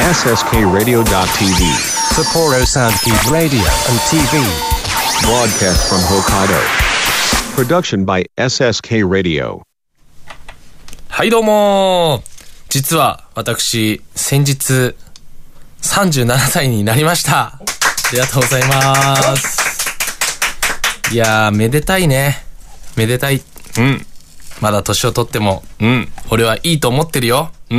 SSKRadio.tv Sapporo Soundkeep Radio and TV Broadcast from Hokkaido Production by SSK Radio はいどうも実は私先日37歳になりました。ありがとうございます。いやーめでたいね。めでたい。まだ年を取っても俺はいいと思ってるよ。こ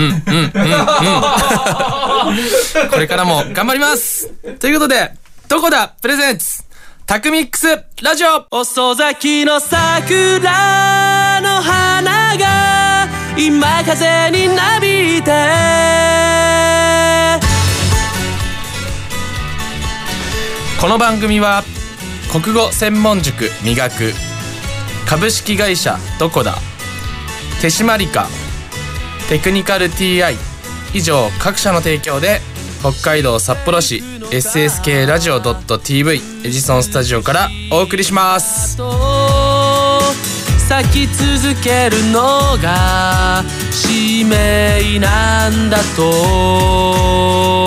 れからも頑張ります。ということでどこだプレゼンツタクミックスラジオ。遅咲きの桜の花が今風になびいて、この番組は国語専門塾磨く株式会社どこだ手締まりかテクニカル TI 以上各社の提供で北海道札幌市 SSK ラジオ .tv エジソンスタジオからお送りします。咲き続けるのが使命なんだと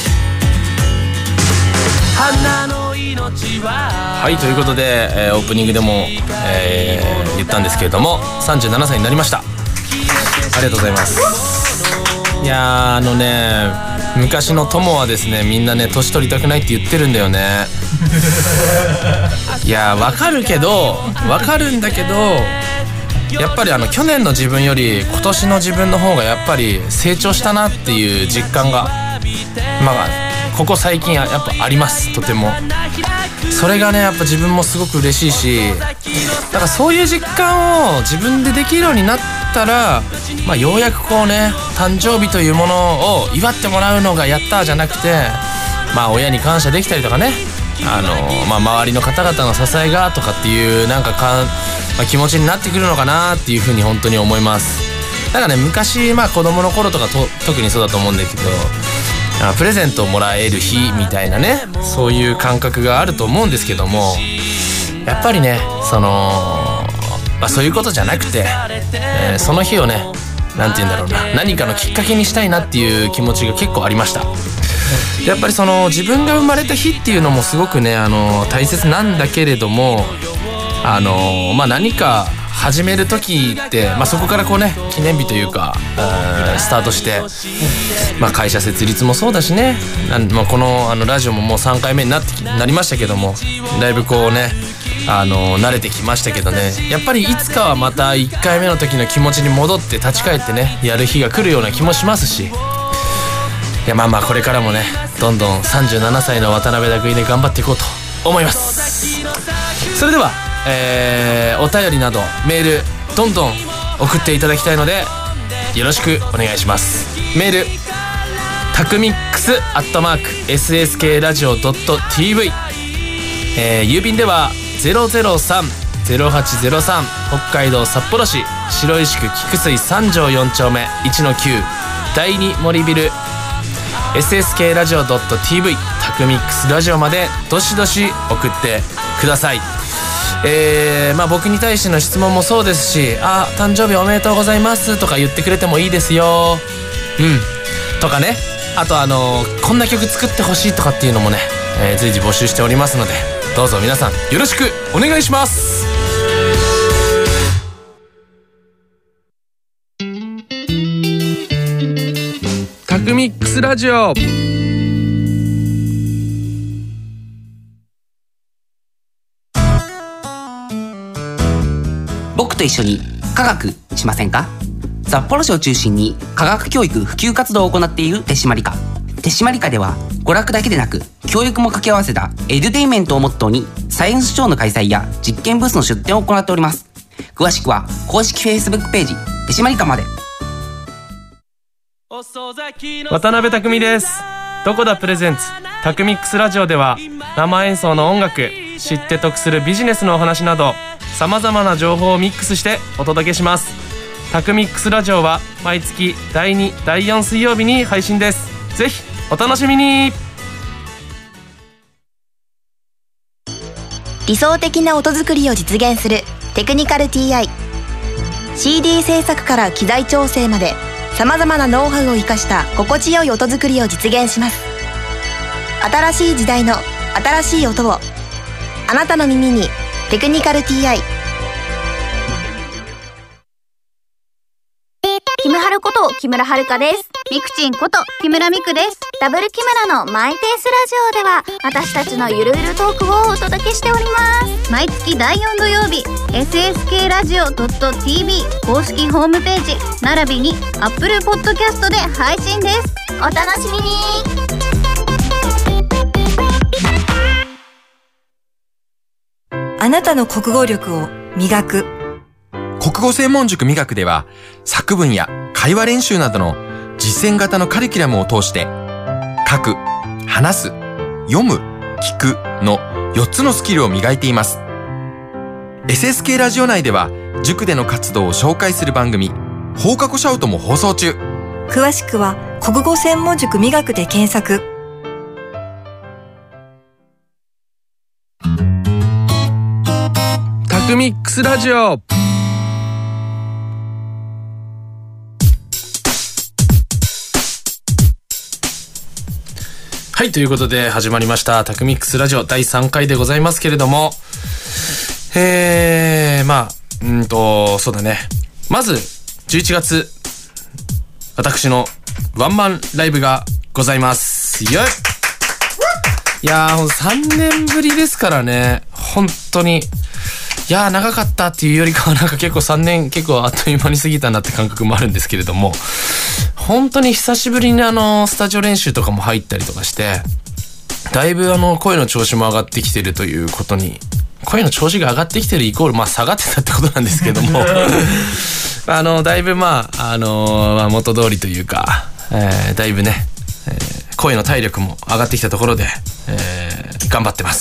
花の命は。はい、ということで、オープニングでも、言ったんですけれども37歳になりました。ありがとうございます。いや昔の友はですねみんなね年取りたくないって言ってるんだよね。いやわかるんだけどやっぱり去年の自分より今年の自分の方がやっぱり成長したなっていう実感がここ最近やっぱあります。とてもそれがねやっぱ自分もすごく嬉しいし、だからそういう実感を自分でできるようになったらようやくこうね誕生日というものを祝ってもらうのがやったーじゃなくて親に感謝できたりとかね周りの方々の支えがとかっていう気持ちになってくるのかなっていうふうに本当に思います。だからね昔子供の頃とか特にそうだと思うんだけどプレゼントをもらえる日みたいなねそういう感覚があると思うんですけども、やっぱりねそういうことじゃなくて、その日をね何かのきっかけにしたいなっていう気持ちが結構ありました。やっぱり自分が生まれた日っていうのもすごくね大切なんだけれども何か始める時って、そこからこうね記念日というかスタートして、会社設立もそうだしねこのラジオももう3回目になりましたけども、だいぶこうね慣れてきましたけどね、やっぱりいつかはまた1回目の時の気持ちに戻って立ち返ってねやる日が来るような気もしますし、いやこれからもねどんどん37歳の渡辺拓で頑張っていこうと思います。それではお便りなどメールどんどん送っていただきたいのでよろしくお願いします。メールタクミックス@SSK ラジオ .tv、郵便では 003-0803 北海道札幌市白石区菊水3条4丁目 1-9 第2森ビル SSK ラジオ .tv タクミックスラジオまでどしどし送ってください。僕に対しての質問もそうですし、誕生日おめでとうございますとか言ってくれてもいいですよとかね、あとこんな曲作ってほしいとかっていうのもね、随時募集しておりますのでどうぞ皆さんよろしくお願いします。タクミックスラジオ。 僕と一緒に科学しませんか？札幌市を中心に科学教育普及活動を行っている手締まり課。手締まり課では娯楽だけでなく教育も掛け合わせたエデュテインメントをモットーにサイエンスショーの開催や実験ブースの出展を行っております。詳しくは公式 Facebook ページ手締まり課まで。 渡辺匠です。どこだプレゼンツタクミックスラジオでは生演奏の音楽、知って得するビジネスのお話など様々な情報をミックスしてお届けします。タクミックスラジオは毎月第2、第4水曜日に配信です。ぜひお楽しみに。 理想的な音作りを実現するテクニカル TI。 CD 制作から機材調整まで様々なノウハウを生かした心地よい音作りを実現します。新しい時代の新しい音を、あなたの耳にテクニカル TI。 キムハルこと木村遥です。ミクチンこと木村ミクです。ダブル木村のマイペースラジオでは私たちのゆるゆるトークをお届けしております。毎月第4土曜日 SSK ラジオ .tv 公式ホームページ並びに Apple Podcast で配信です。お楽しみに。 あなたの国語力を磨く。 国語専門塾磨くでは、作文や会話練習などの実践型のカリキュラムを通して、書く、話す、読む、聞くの4つのスキルを磨いています。SSK ラジオ内では、塾での活動を紹介する番組、放課後シャウトも放送中。 詳しくは、国語専門塾磨くで検索。 タクミックスラジオ。はい、ということで始まりましたタクミックスラジオ第3回でございますけれども、そうだね。まず11月私のワンマンライブがございます。よい。いやー、3年ぶりですからね。本当に。いやー、長かったっていうよりかはなんか結構3年結構あっという間に過ぎたなって感覚もあるんですけれども、本当に久しぶりにスタジオ練習とかも入ったりとかして、だいぶ声の調子も上がってきてるということに、声の調子が上がってきてるイコール下がってたってことなんですけどもだいぶ元通りというか、だいぶね、声の体力も上がってきたところで、頑張ってます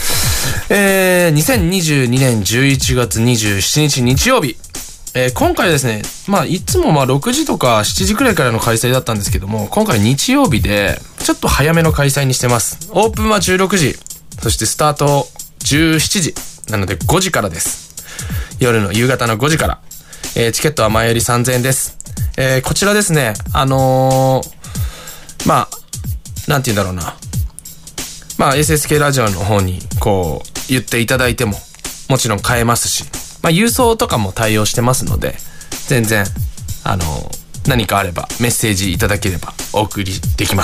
。2022年11月27日日曜日、今回ですね、いつも6時とか7時くらいからの開催だったんですけども、今回日曜日でちょっと早めの開催にしてます。オープンは16時、そしてスタート17時なので5時からです。夕方の5時から、チケットは前より3000円です。こちらですね、なんて言うんだろうな、SSK ラジオの方にこう言っていただいてももちろん買えますし、郵送とかも対応してますので、全然何かあればメッセージいただければお送りできます。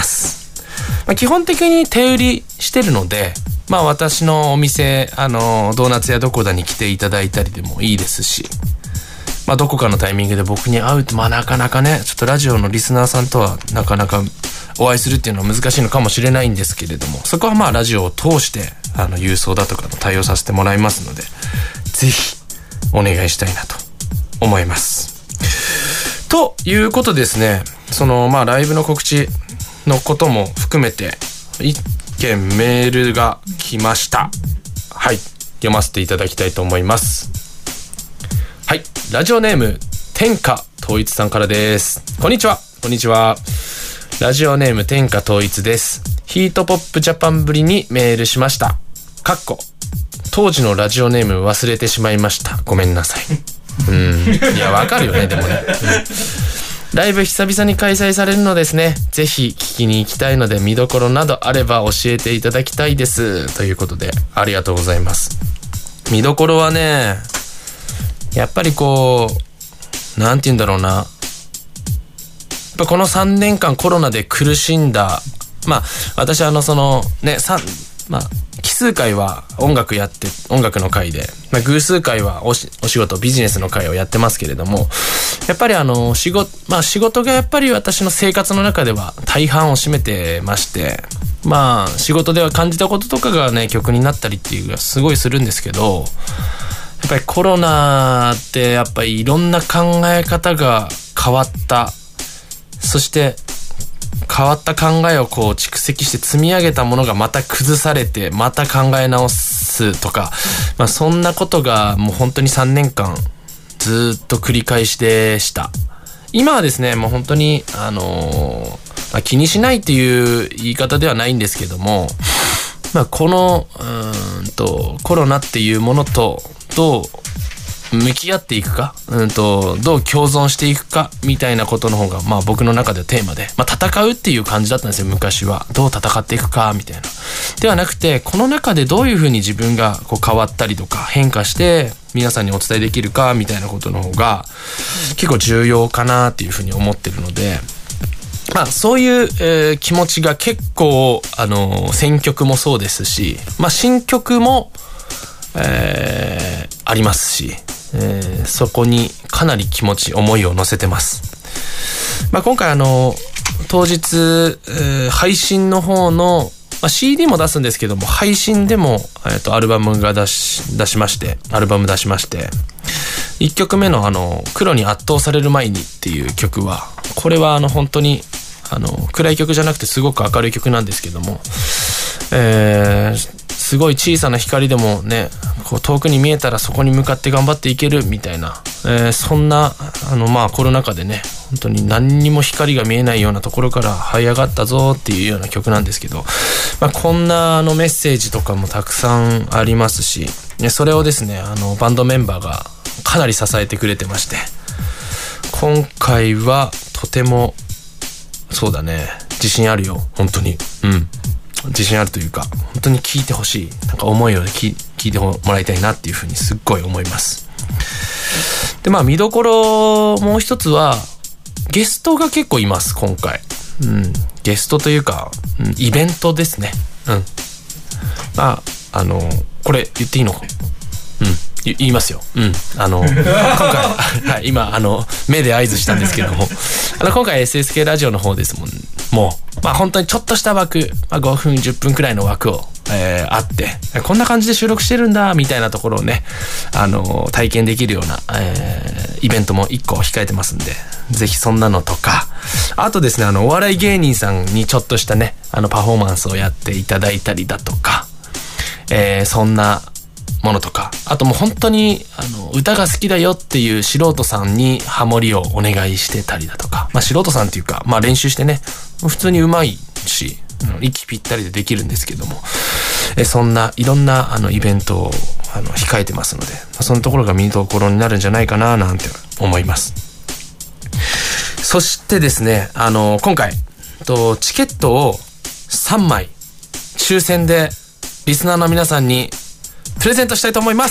基本的に手売りしてるので、私のお店ドーナツ屋どこだに来ていただいたりでもいいですし、どこかのタイミングで僕に会うとなかなかね、ちょっとラジオのリスナーさんとはなかなかお会いするっていうのは難しいのかもしれないんですけれども、そこはラジオを通して郵送だとかの対応させてもらいますので、ぜひお願いしたいなと思います。ということですね、ライブの告知のことも含めて一件メールが来ました。はい、読ませていただきたいと思います。はい、ラジオネーム天下統一さんからです。こんにちは。こんにちは。ラジオネーム天下統一です。ヒートポップジャパンぶりにメールしました。当時のラジオネーム忘れてしまいました。ごめんなさい。いや、わかるよね、でもね。ライブ久々に開催されるのですね。ぜひ聞きに行きたいので、見どころなどあれば教えていただきたいです。ということで、ありがとうございます。見どころはね、やっぱりなんて言うんだろうな。やっぱこの3年間コロナで苦しんだ、私奇数回は音楽の回で、偶数回はお仕事、ビジネスの回をやってますけれども、やっぱり仕事がやっぱり私の生活の中では大半を占めてまして、仕事では感じたこととかがね、曲になったりっていうのがすごいするんですけど、やっぱりコロナってやっぱりいろんな考え方が変わった。そして変わった考えを蓄積して積み上げたものがまた崩されて、また考え直すとか、そんなことがもう本当に3年間ずっと繰り返しでした。今はですね、もう本当に気にしないっていう言い方ではないんですけども、このコロナっていうものとどう向き合っていくか、どう共存していくかみたいなことの方が、まあ僕の中でテーマで、まあ戦うっていう感じだったんですよ、昔は。どう戦っていくかみたいな。ではなくて、この中でどういうふうに自分がこう変わったりとか変化して皆さんにお伝えできるかみたいなことの方が結構重要かなっていうふうに思ってるので、まあそういう、気持ちが結構選曲もそうですし、まあ新曲もありますし、そこにかなり気持ち思いを乗せてます。まあ今回当日、配信の方の、まあ、CD も出すんですけども、配信でもアルバム出しまして、1曲目の黒に圧倒される前にっていう曲は、これは本当に暗い曲じゃなくてすごく明るい曲なんですけども、すごい小さな光でもね、こう遠くに見えたらそこに向かって頑張っていけるみたいな、そんなまあコロナ禍でね、本当に何にも光が見えないようなところから這い上がったぞっていうような曲なんですけど、まあ、こんなメッセージとかもたくさんありますし、それをですねバンドメンバーがかなり支えてくれてまして、今回はとてもそうだね、自信あるよ、本当に。自信あるというか、本当に聞いてほしい、なんか思いを聞いてもらいたいなっていうふうにすっごい思います。で、まあ見どころもう一つはゲストが結構います今回。ゲストというか、イベントですね。まあこれ言っていいのか。言いますよ。今回、はい、今目で合図したんですけども、今回 SSK ラジオの方ですもん。もうまあ本当にちょっとした枠、まあ、5分10分くらいの枠を、あってこんな感じで収録してるんだみたいなところをね体験できるような、イベントも1個控えてますんで、ぜひそんなのとか、あとですねお笑い芸人さんにちょっとしたねパフォーマンスをやっていただいたりだとか、そんなものとか、あともう本当に歌が好きだよっていう素人さんにハモリをお願いしてたりだとか、まあ素人さんっていうか、まあ練習してね普通にうまいし息ぴったりでできるんですけども、そんないろんなイベントを控えてますので、そのところが見どころになるんじゃないかななんて思います。そしてですね今回チケットを3枚抽選でリスナーの皆さんにプレゼントしたいと思います。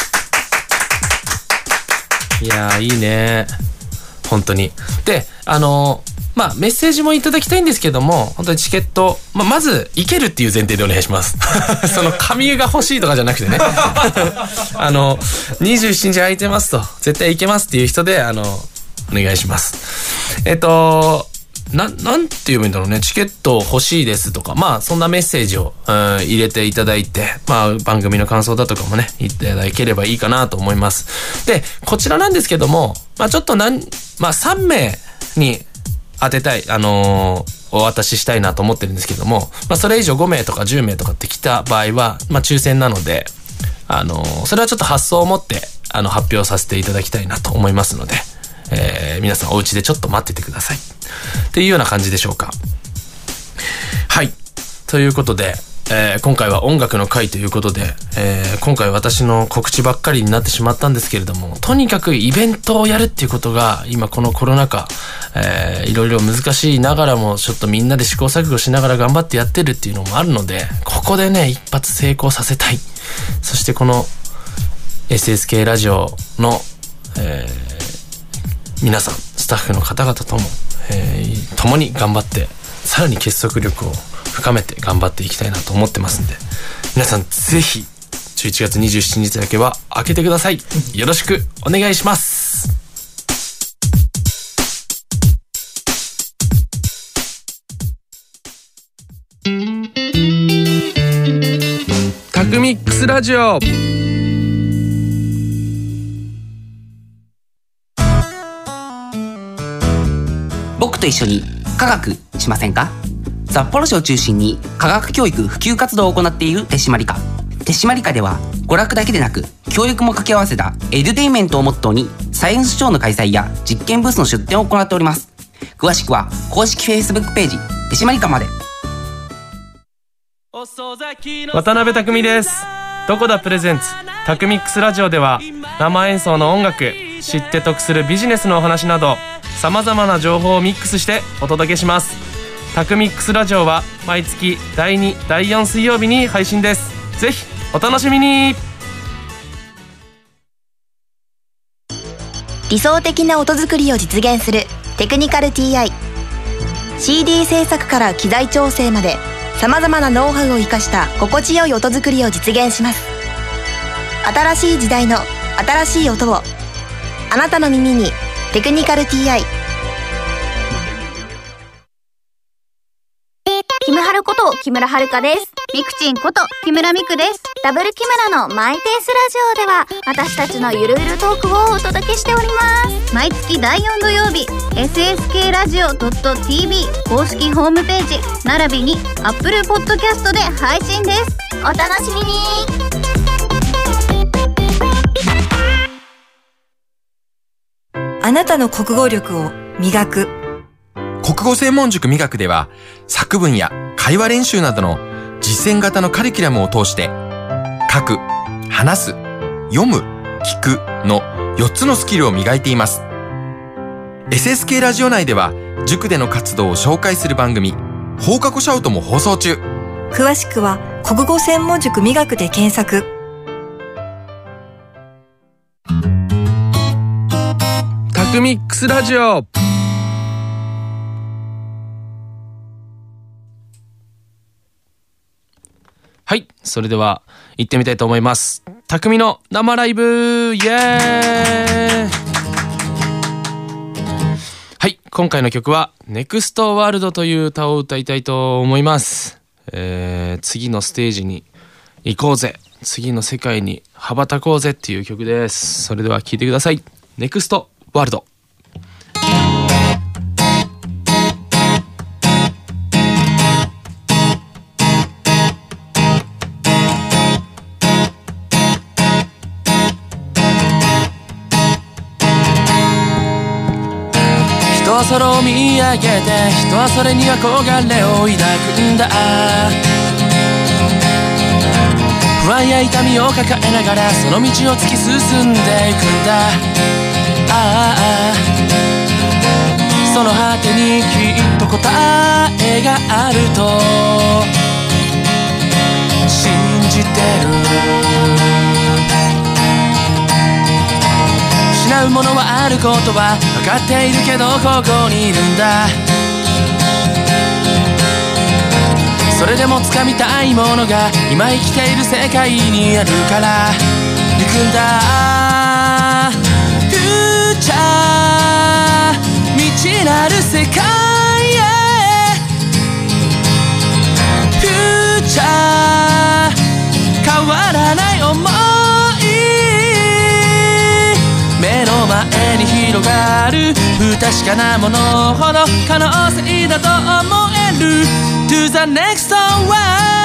いやーいいね本当に。でまあメッセージもいただきたいんですけども、本当にチケット、まず行けるっていう前提でお願いしますその紙が欲しいとかじゃなくてね27日空いてますと、絶対行けますっていう人でお願いします。なんて言えばいいんだろうね。チケット欲しいですとか、まあそんなメッセージを、入れていただいて、まあ番組の感想だとかもねいただければいいかなと思います。でこちらなんですけども、まあちょっと3名に当てたいお渡ししたいなと思ってるんですけども、まあそれ以上5名とか10名とかって来た場合はまあ抽選なのでそれはちょっと発送を持って発表させていただきたいなと思いますので、皆さんお家でちょっと待っててくださいっていうような感じでしょうか。はい、ということで、今回は音楽の回ということで、今回私の告知ばっかりになってしまったんですけれども、とにかくイベントをやるっていうことが今このコロナ禍、いろいろ難しいながらもちょっとみんなで試行錯誤しながら頑張ってやってるっていうのもあるので、ここでね一発成功させたい。そしてこの SSK ラジオの、皆さんスタッフの方々とも、共に頑張ってさらに結束力を深めて頑張っていきたいなと思ってますんで、皆さんぜひ11月27日だけは開けてください。よろしくお願いします。タクミックスラジオ。 僕と一緒に科学しませんか？札幌市を中心に科学教育普及活動を行っている手締まり課。手締まり課では娯楽だけでなく教育も掛け合わせたエデュテイメントをモットーにサイエンスショーの開催や実験ブースの出展を行っております。詳しくは公式 Facebook ページ手締まり課まで。 渡辺匠です。どこだプレゼンツタクミックスラジオでは、 生演奏の音楽、知って得するビジネスのお話などさまざまな情報をミックスしてお届けします。タクミックスラジオは毎月第2、第4水曜日に配信です。ぜひお楽しみに。 理想的な音作りを実現するテクニカル TI。 CD 制作から機材調整までさまざまなノウハウを生かした心地よい音作りを実現します。新しい時代の新しい音をあなたの耳に。テクニカル TI。 キムハルこと木村遥です。ミクチンこと木村ミクです。ダブル木村のマイペースラジオでは私たちのゆるゆるトークをお届けしております。毎月第4土曜日 SSK ラジオ .tv 公式ホームページ並びに Apple Podcast で配信です。お楽しみに。 あなたの国語力を磨く。 国語専門塾磨くでは、作文や会話練習などの実践型のカリキュラムを通して、書く、話す、読む、聞くの4つのスキルを磨いています。SSK ラジオ内では、塾での活動を紹介する番組、放課後シャウトも放送中。 詳しくは国語専門塾磨くで検索。 タクミックスラジオ。はい、それでは行ってみたいと思います。タクミの生ライブイエーイ。はい、今回の曲はネクストワールドという歌を歌いたいと思います。次のステージに行こうぜ、次の世界に羽ばたこうぜっていう曲です。それでは聴いてください。ネクストワールド。人は空を見上げて、人はそれに憧れを抱くんだ。不安や痛みを抱えながらその道を突き進んでいくんだ。その果てにきっと答えがあると信じてる。失うものはあることは分かっているけどここにいるんだ。それでも掴みたいものが今生きている世界にあるから行くんだ。フューチャー未知なる世界へ。フューチャー変わらない想い。目の前に広がる不確かなものほど可能性だと思える。 To the next one。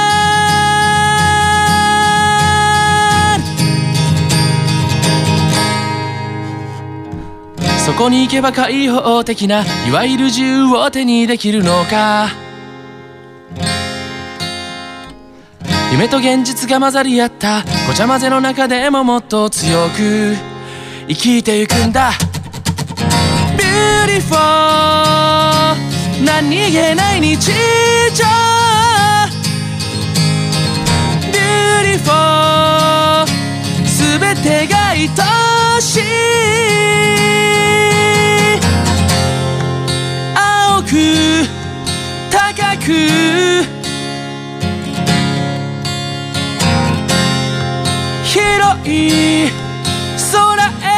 そこに行けば開放的ないわゆる自由を手にできるのか。夢と現実が混ざり合ったごちゃ混ぜの中でももっと強く生きてゆくんだ。 Beautiful 何気ない日常。 Beautiful 全てが愛しい。青く高く広い空へ。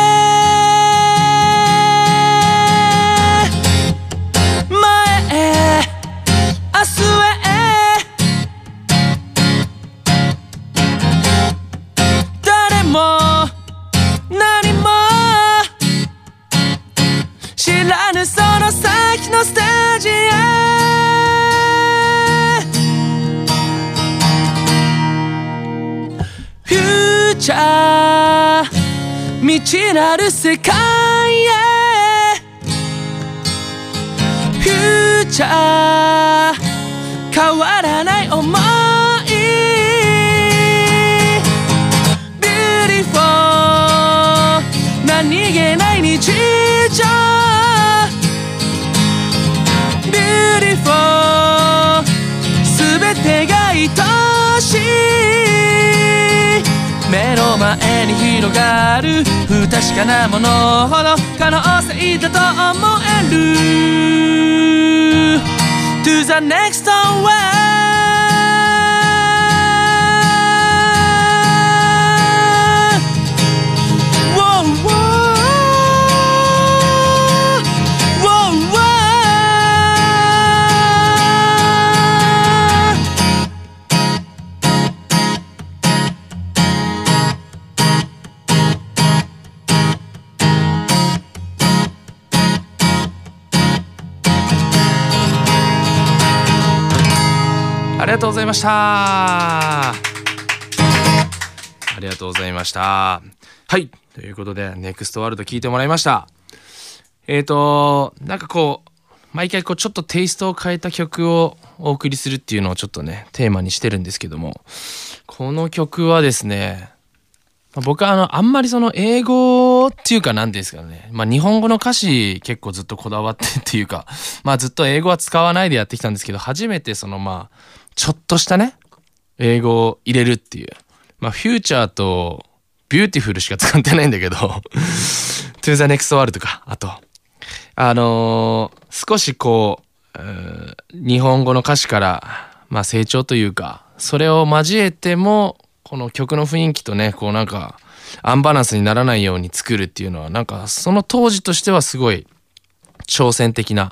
その先のステージへ。フューチャー未知なる世界へ。フューチャー変わらない想い。 Beautiful 前に広がる不確かなものほど可能性だと思える To the next oneありがとうございました。ありがとうございました。はい、ということでネクストワールド聞いてもらいました。なんかこう毎回こうちょっとテイストを変えた曲をお送りするっていうのをちょっとねテーマにしてるんですけども、この曲はですね、僕はあんまりその英語っていうか何ですかね、日本語の歌詞結構ずっとこだわってっていうか、ずっと英語は使わないでやってきたんですけど、初めてそのちょっとしたね英語を入れるっていう、フューチャーとビューティフルしか使ってないんだけどTo the next world とか、あと少しこう日本語の歌詞から成長というか、それを交えてもこの曲の雰囲気とねこうなんかアンバランスにならないように作るっていうのは、なんかその当時としてはすごい挑戦的な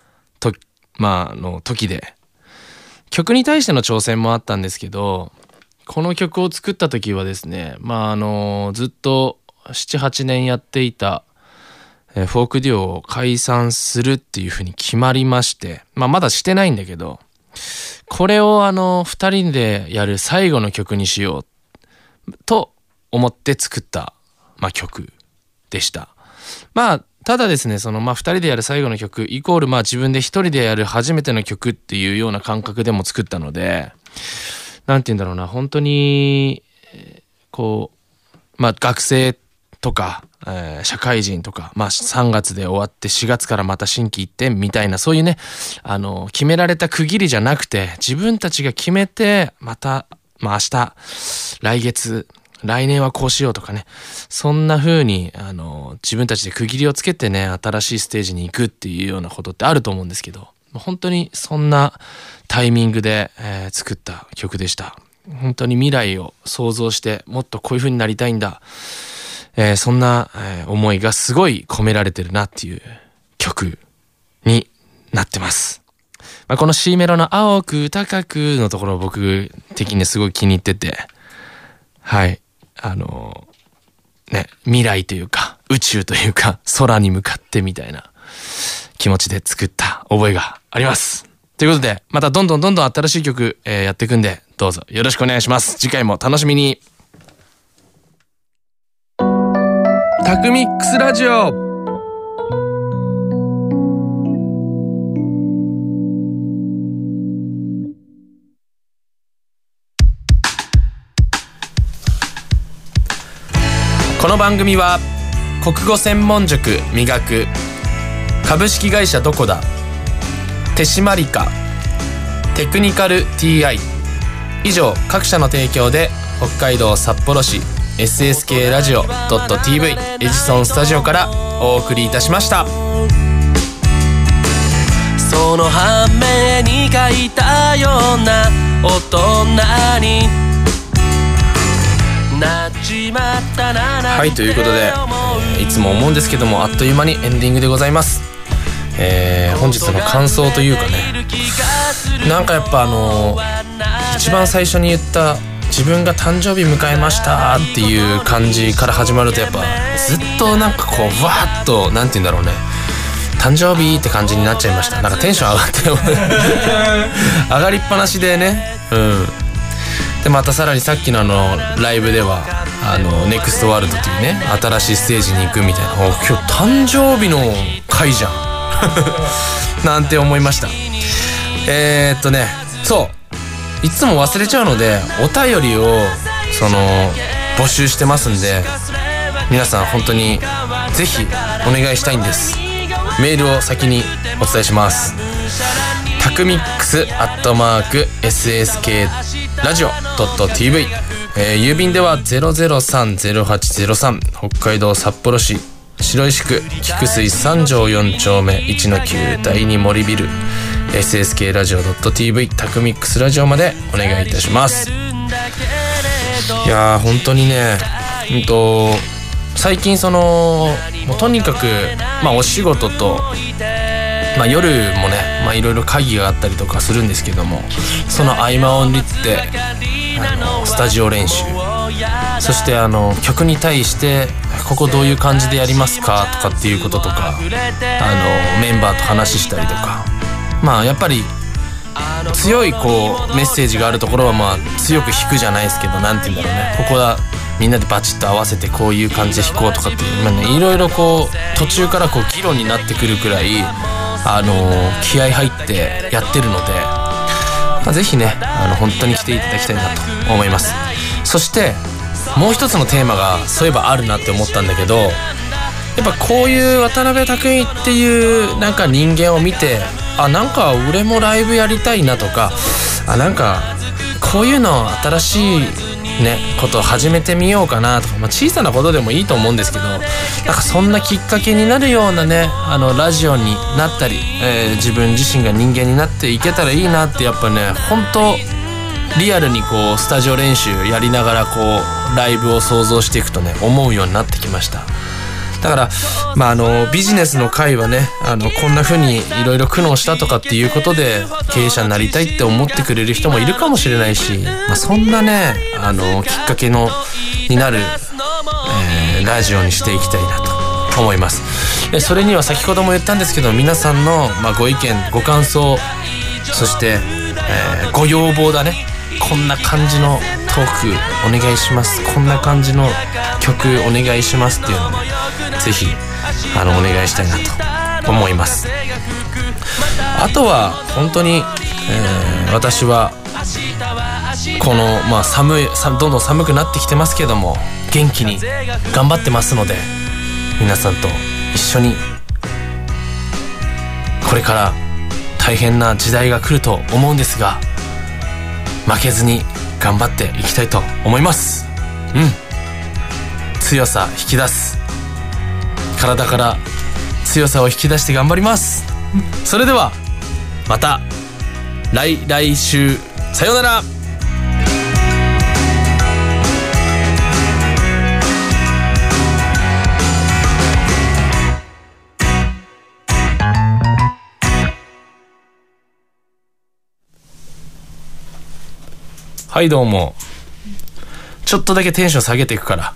時で、曲に対しての挑戦もあったんですけど、この曲を作った時はですね、ずっと 7,8 年やっていたフォークデュオを解散するっていう風に決まりまして、まだしてないんだけど、これを2人でやる最後の曲にしようと思って作った、曲でした。ただですね、その2人でやる最後の曲イコール自分で1人でやる初めての曲っていうような感覚でも作ったので、なんて言うんだろうな、本当にこう学生とか、社会人とか、3月で終わって4月からまた新規一転みたいな、そういうね決められた区切りじゃなくて、自分たちが決めてまた明日来月来年はこうしようとかね、そんな風に自分たちで区切りをつけてね新しいステージに行くっていうようなことってあると思うんですけど、本当にそんなタイミングで、作った曲でした。本当に未来を想像してもっとこういう風になりたいんだ、そんな、思いがすごい込められてるなっていう曲になってます。この C メロの青く高くのところ僕的にすごい気に入ってて、はい、未来というか宇宙というか空に向かってみたいな気持ちで作った覚えがあります。ということでまたどんどん新しい曲、やっていくんでどうぞよろしくお願いします。次回も楽しみに。タクミックスラジオ。この番組は国語専門塾磨く、株式会社どこだ、手締まりか、テクニカル TI 以上各社の提供で北海道札幌市SSK ラジオ .tv エジソンスタジオからお送りいたしました。その反面に書いたような大人になっちまったな。はい、ということで、いつも思うんですけどもあっという間にエンディングでございます。本日の感想というかね、なんかやっぱ一番最初に言った自分が誕生日迎えましたっていう感じから始まると、やっぱずっとなんかこうわーっとなんて言うんだろうね、誕生日って感じになっちゃいました。なんかテンション上がって上がりっぱなしでね、でまたさらにさっきのライブではネクストワールドというね新しいステージに行くみたいな、今日誕生日の回じゃんなんて思いました。そういつも忘れちゃうのでお便りを募集してますんで、皆さん本当にぜひお願いしたいんです。メールを先にお伝えします。タクミックス@SSKラジオ .tv 郵便では 003-0803 北海道札幌市白石区菊水3条4丁目 1-9 第2森ビル SSK ラジオ .tv タクミックスラジオまでお願いいたします。いやー本当にね、最近もうとにかくお仕事と夜もねいろいろ会議があったりとかするんですけども、その合間を縫ってスタジオ練習、そして曲に対してここどういう感じでやりますかとかっていうこととかメンバーと話したりとか、やっぱり強いメッセージがあるところは強く弾くじゃないですけど、なんて言うんだろうね、ここはみんなでバチッと合わせてこういう感じで弾こうとかっていういろいろ途中から議論になってくるくらい気合入ってやってるので、ぜひね本当に来ていただきたいなと思います。そしてもう一つのテーマがそういえばあるなって思ったんだけど、やっぱこういう渡辺匠っていう人間を見て、なんか俺もライブやりたいなとか、なんかこういうの新しいねことを始めてみようかなとか、小さなことでもいいと思うんですけど、そんなきっかけになるようなねラジオになったり、自分自身が人間になっていけたらいいなって、やっぱね本当リアルにスタジオ練習やりながらライブを想像していくとね思うようになってきました。だからビジネスの会はねこんな風にいろいろ苦悩したとかっていうことで経営者になりたいって思ってくれる人もいるかもしれないし、そんなねきっかけになる、ラジオにしていきたいなと思います。それには先ほども言ったんですけど、皆さんのご意見ご感想、そして、ご要望だね、こんな感じのトークお願いします、こんな感じの曲お願いしますっていうのをねぜひお願いしたいなと思います。あとは本当に、私はこのどんどん寒くなってきてますけども、元気に頑張ってますので、皆さんと一緒にこれから大変な時代が来ると思うんですが、負けずに頑張っていきたいと思います。強さ引き出す、体から強さを引き出して頑張ります。それではまた来週、さようなら。はいどうも。ちょっとだけテンション下げていくから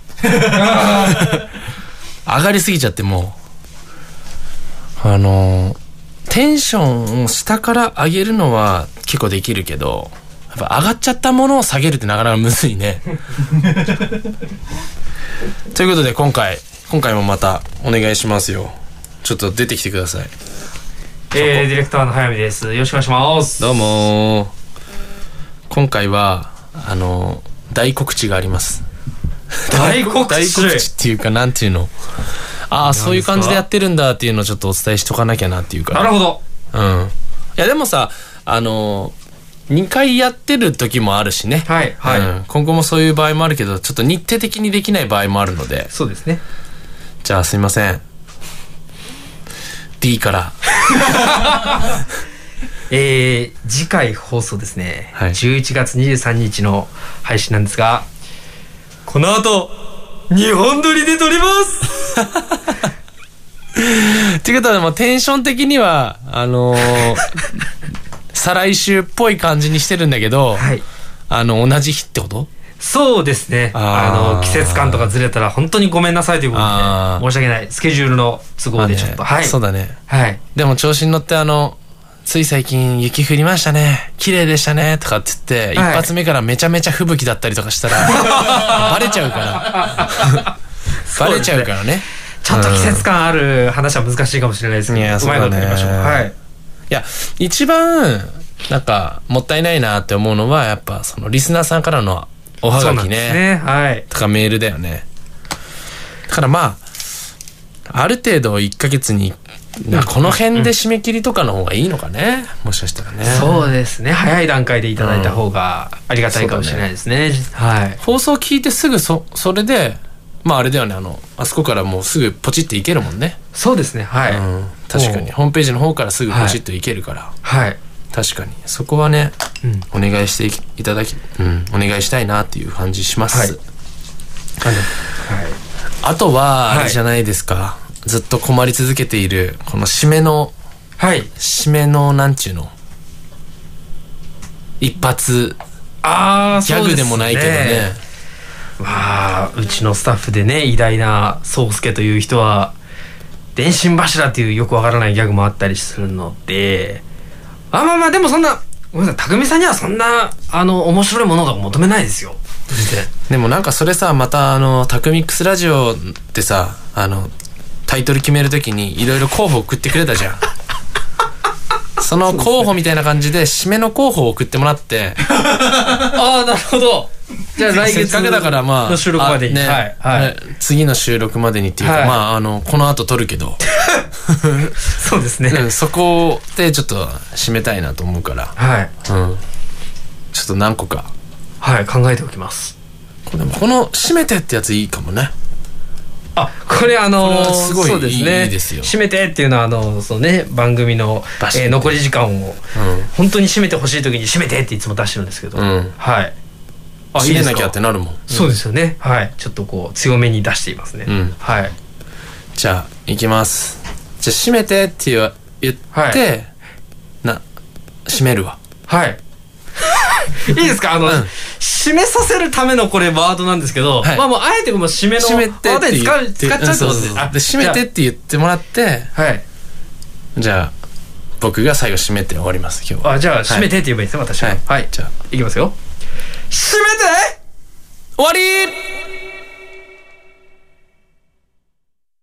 上がりすぎちゃって、もうテンションを下から上げるのは結構できるけど、やっぱ上がっちゃったものを下げるってなかなかむずいねということで今回もまたお願いしますよ。ちょっと出てきてください。 ディレクターの早見です。よろしくお願いします。 どうも。今回は大告知があります。 大告知っていうか、なんていうの、そういう感じでやってるんだっていうのをちょっとお伝えしとかなきゃなっていうか。 なるほど。 いやでもさ2回やってる時もあるしね、 はいはい、 今後もそういう場合もあるけど、ちょっと日程的にできない場合もあるので。 そうですね。 じゃあすいません、 D から次回放送ですね、 はい、 11月23日の配信なんですが、この後2本撮りで撮りますっていうことはもうテンション的には再来週っぽい感じにしてるんだけど、 はい、 同じ日ってこと？ そうですね。季節感とかずれたら本当にごめんなさいということで、申し訳ない、スケジュールの都合でちょっと、はい、 そうだね、 はい、 でも調子に乗ってつい最近雪降りましたね、綺麗でしたねとかって言って、一発目からめちゃめちゃ吹雪だったりとかしたらバレちゃうからバレちゃうからね。 ちょっと季節感ある話は難しいかもしれないですけど、うまいことやりましょう。はい。 いや一番なんかもったいないなって思うのは、やっぱそのリスナーさんからのおはがき ね、 はい、 とかメールだよね。だからある程度1ヶ月にこの辺で締め切りとかの方がいいのかね、もしかしたらね。 そうですね、早い段階でいただいた方がありがたいかもしれないですね。はい。 放送聞いてすぐそれでまああれだよね、あそこからもうすぐポチっていけるもんね。 そうですね、はい、 確かにホームページの方からすぐポチッといけるから、 はい、 確かにそこはね、お願いしていただき、お願いしたいなっていう感じします。はい、あとはあれじゃないですか、ずっと困り続けているこの締めのなんちゅうの、一発ギャグでもないけどね。 まあうちのスタッフでね、偉大な宗介という人は電信柱っていうよくわからないギャグもあったりするので、まあでもそんな、ごめんなさい、匠さんにはそんな面白いものが求めないですよ、全然。 でもなんかそれさ、またタクミックスラジオってさ、タイトル決めるときにいろいろ候補送ってくれたじゃん。その候補みたいな感じで締めの候補を送ってもらってああ、なるほど。じゃあ来月だからまあの収録までに、 ね、次の収録までにっていうか、まあこの後撮るけどそうですね、 そこでちょっと締めたいなと思うから、ちょっと何個か考えておきます。 この締めてってやついいかもね。 これすごいそうですね、 いいですよ。 締めてっていうのはそのね、番組の、残り時間を、本当に締めてほしい時に締めてっていつも出してるんですけど、はい。 締めなきゃってなるもん。 そうですよね。はい。ちょっとこう強めに出していますね。はい。 じゃあ行きます。じゃあ締めてって言って締めるわ。 はい。いいですか、締めさせるためのこれワードなんですけど、まあもうあえてもう締めのワードで使っちゃうってことで、 締めてって言ってもらって、じゃあ僕が最後締めて終わります今日は。 じゃあ締めてって言えばいいですよ、私は。はい。じゃあいきますよ。締めて終わり。